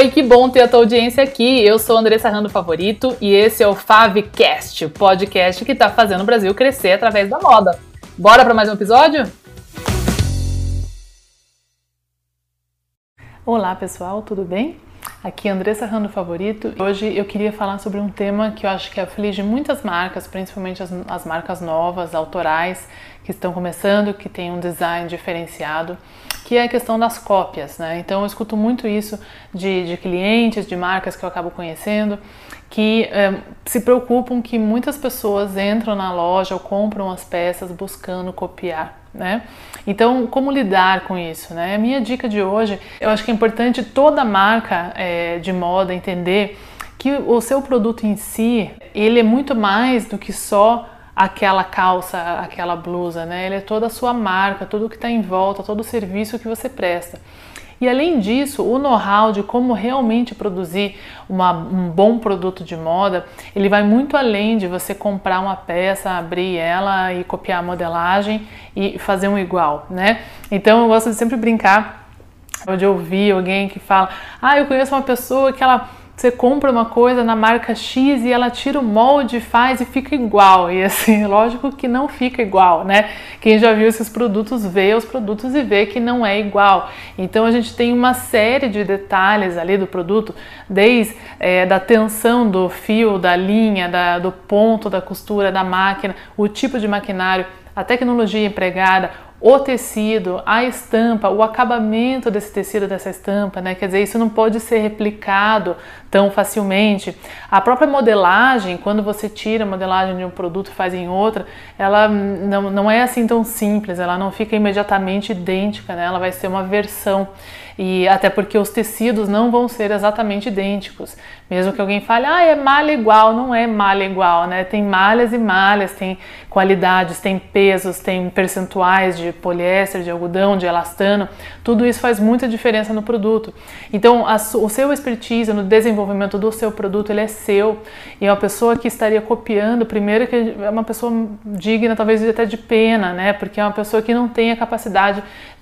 Oi, que bom ter a tua audiência aqui. Eu sou Andressa Rando Favorito e esse é o Favcast, o podcast que tá fazendo o Brasil crescer através da moda. Bora para mais um episódio? Olá pessoal, tudo bem? Aqui é Andressa Rando Favorito. Hoje eu queria falar sobre um tema que eu acho que aflige muitas marcas, principalmente as marcas novas, autorais, que estão começando, que tem um design diferenciado, que é a questão das cópias, né? Então eu escuto muito isso de clientes, de marcas que eu acabo conhecendo, que se preocupam que muitas pessoas entram na loja ou compram as peças buscando copiar, né? Então, como lidar com isso, né? A minha dica de hoje, eu acho que é importante toda marca de moda entender que o seu produto em si, ele é muito mais do que só aquela calça, aquela blusa, né? Ele é toda a sua marca, tudo que está em volta, todo o serviço que você presta. E além disso, o know-how de como realmente produzir um bom produto de moda, ele vai muito além de você comprar uma peça, abrir ela e copiar a modelagem e fazer um igual, né? Então eu gosto de sempre brincar, de ouvir alguém que fala, eu conheço uma pessoa que você compra uma coisa na marca X e ela tira o molde, faz e fica igual. E assim, lógico que não fica igual, né? Quem já viu esses produtos vê os produtos e vê que não é igual. Então a gente tem uma série de detalhes ali do produto, desde da tensão do fio, da linha, do ponto, da costura, da máquina, o tipo de maquinário, a tecnologia empregada, o tecido, a estampa, o acabamento desse tecido, dessa estampa, né? Quer dizer, isso não pode ser replicado tão facilmente. A própria modelagem, quando você tira a modelagem de um produto e faz em outra, ela não é assim tão simples, ela não fica imediatamente idêntica, né? Ela vai ser uma versão. E até porque os tecidos não vão ser exatamente idênticos. Mesmo que alguém fale, é malha igual, não é malha igual, né? Tem malhas e malhas, tem qualidades, tem pesos, tem percentuais de poliéster, de algodão, de elastano. Tudo isso faz muita diferença no produto. Então, o seu expertise no desenvolvimento do seu produto, ele é seu. E é uma pessoa que estaria copiando, primeiro que é uma pessoa digna, talvez até de pena, né? Porque é uma pessoa que não tem a capacidade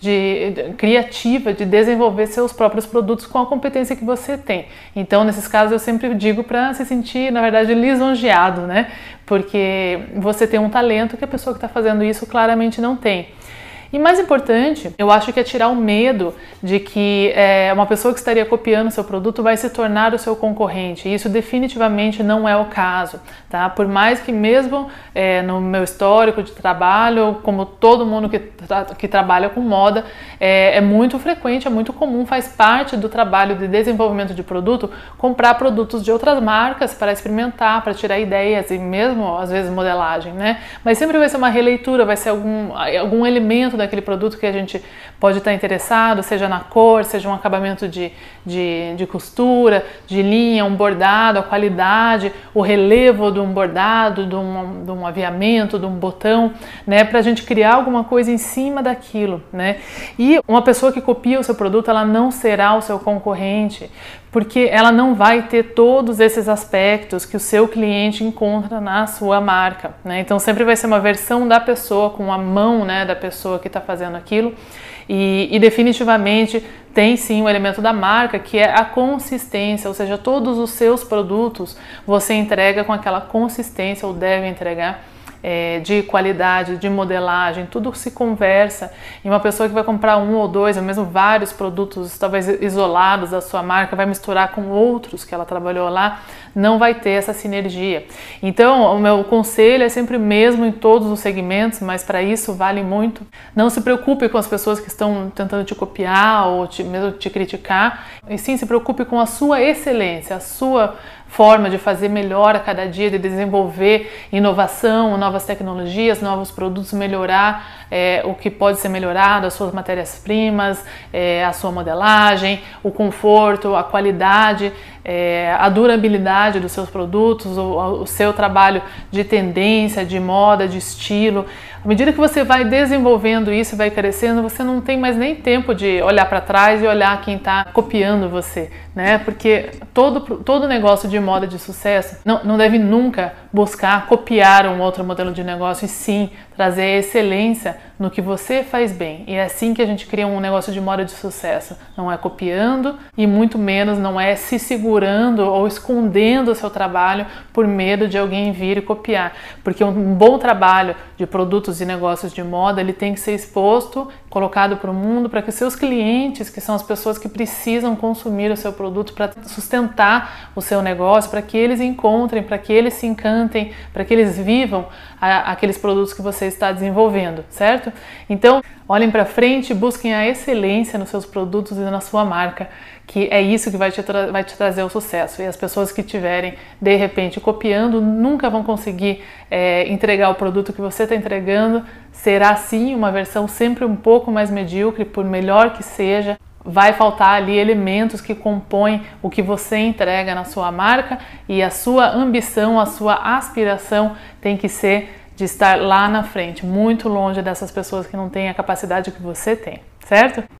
criativa de desenvolver seus próprios produtos com a competência que você tem. Então, nesses casos, eu sempre digo para se sentir, na verdade, lisonjeado, né? Porque você tem um talento que a pessoa que está fazendo isso claramente não tem. E mais importante, eu acho que é tirar o medo de que uma pessoa que estaria copiando o seu produto vai se tornar o seu concorrente. E isso definitivamente não é o caso, tá? Por mais que mesmo no meu histórico de trabalho, como todo mundo que trabalha com moda, é muito frequente, é muito comum, faz parte do trabalho de desenvolvimento de produto, comprar produtos de outras marcas para experimentar, para tirar ideias e mesmo, às vezes, modelagem, né? Mas sempre vai ser uma releitura, vai ser algum elemento daquele produto que a gente pode estar interessado, seja na cor, seja um acabamento de costura, de linha, um bordado, a qualidade, o relevo de um bordado, de um aviamento, de um botão, né, para a gente criar alguma coisa em cima daquilo, né? E uma pessoa que copia o seu produto, ela não será o seu concorrente, porque ela não vai ter todos esses aspectos que o seu cliente encontra na sua marca, né? Então sempre vai ser uma versão da pessoa, com a mão, né, da pessoa que está fazendo aquilo, e definitivamente tem sim o elemento da marca, que é a consistência, ou seja, todos os seus produtos você entrega com aquela consistência, ou deve entregar, de qualidade, de modelagem, tudo se conversa. E uma pessoa que vai comprar um ou dois, ou mesmo vários produtos, talvez isolados da sua marca, vai misturar com outros que ela trabalhou lá, não vai ter essa sinergia. Então, o meu conselho é sempre o mesmo em todos os segmentos, mas para isso vale muito. Não se preocupe com as pessoas que estão tentando te copiar ou mesmo te criticar, e sim se preocupe com a sua excelência, a sua forma de fazer melhor a cada dia, de desenvolver inovação, novas tecnologias, novos produtos, melhorar o que pode ser melhorado, as suas matérias-primas, a sua modelagem, o conforto, a qualidade, a durabilidade dos seus produtos, o seu trabalho de tendência, de moda, de estilo. À medida que você vai desenvolvendo isso e vai crescendo, você não tem mais nem tempo de olhar para trás e olhar quem está copiando você, né? Porque todo negócio de moda de sucesso não deve nunca buscar copiar um outro modelo de negócio e sim trazer a excelência no que você faz bem. E é assim que a gente cria um negócio de moda de sucesso. Não é copiando e muito menos não é se segurando ou escondendo o seu trabalho por medo de alguém vir e copiar. Porque um bom trabalho de produtos e negócios de moda, ele tem que ser exposto, colocado para o mundo, para que seus clientes, que são as pessoas que precisam consumir o seu produto para sustentar o seu negócio, para que eles encontrem, para que eles se encantem, para que eles vivam aqueles produtos que você está desenvolvendo, certo? Então, olhem para frente, busquem a excelência nos seus produtos e na sua marca, que é isso que vai te trazer o sucesso. E as pessoas que estiverem, de repente, copiando, nunca vão conseguir entregar o produto que você está entregando. Será, sim, uma versão sempre um pouco mais medíocre, por melhor que seja. Vai faltar ali elementos que compõem o que você entrega na sua marca e a sua ambição, a sua aspiração tem que ser de estar lá na frente, muito longe dessas pessoas que não têm a capacidade que você tem, certo?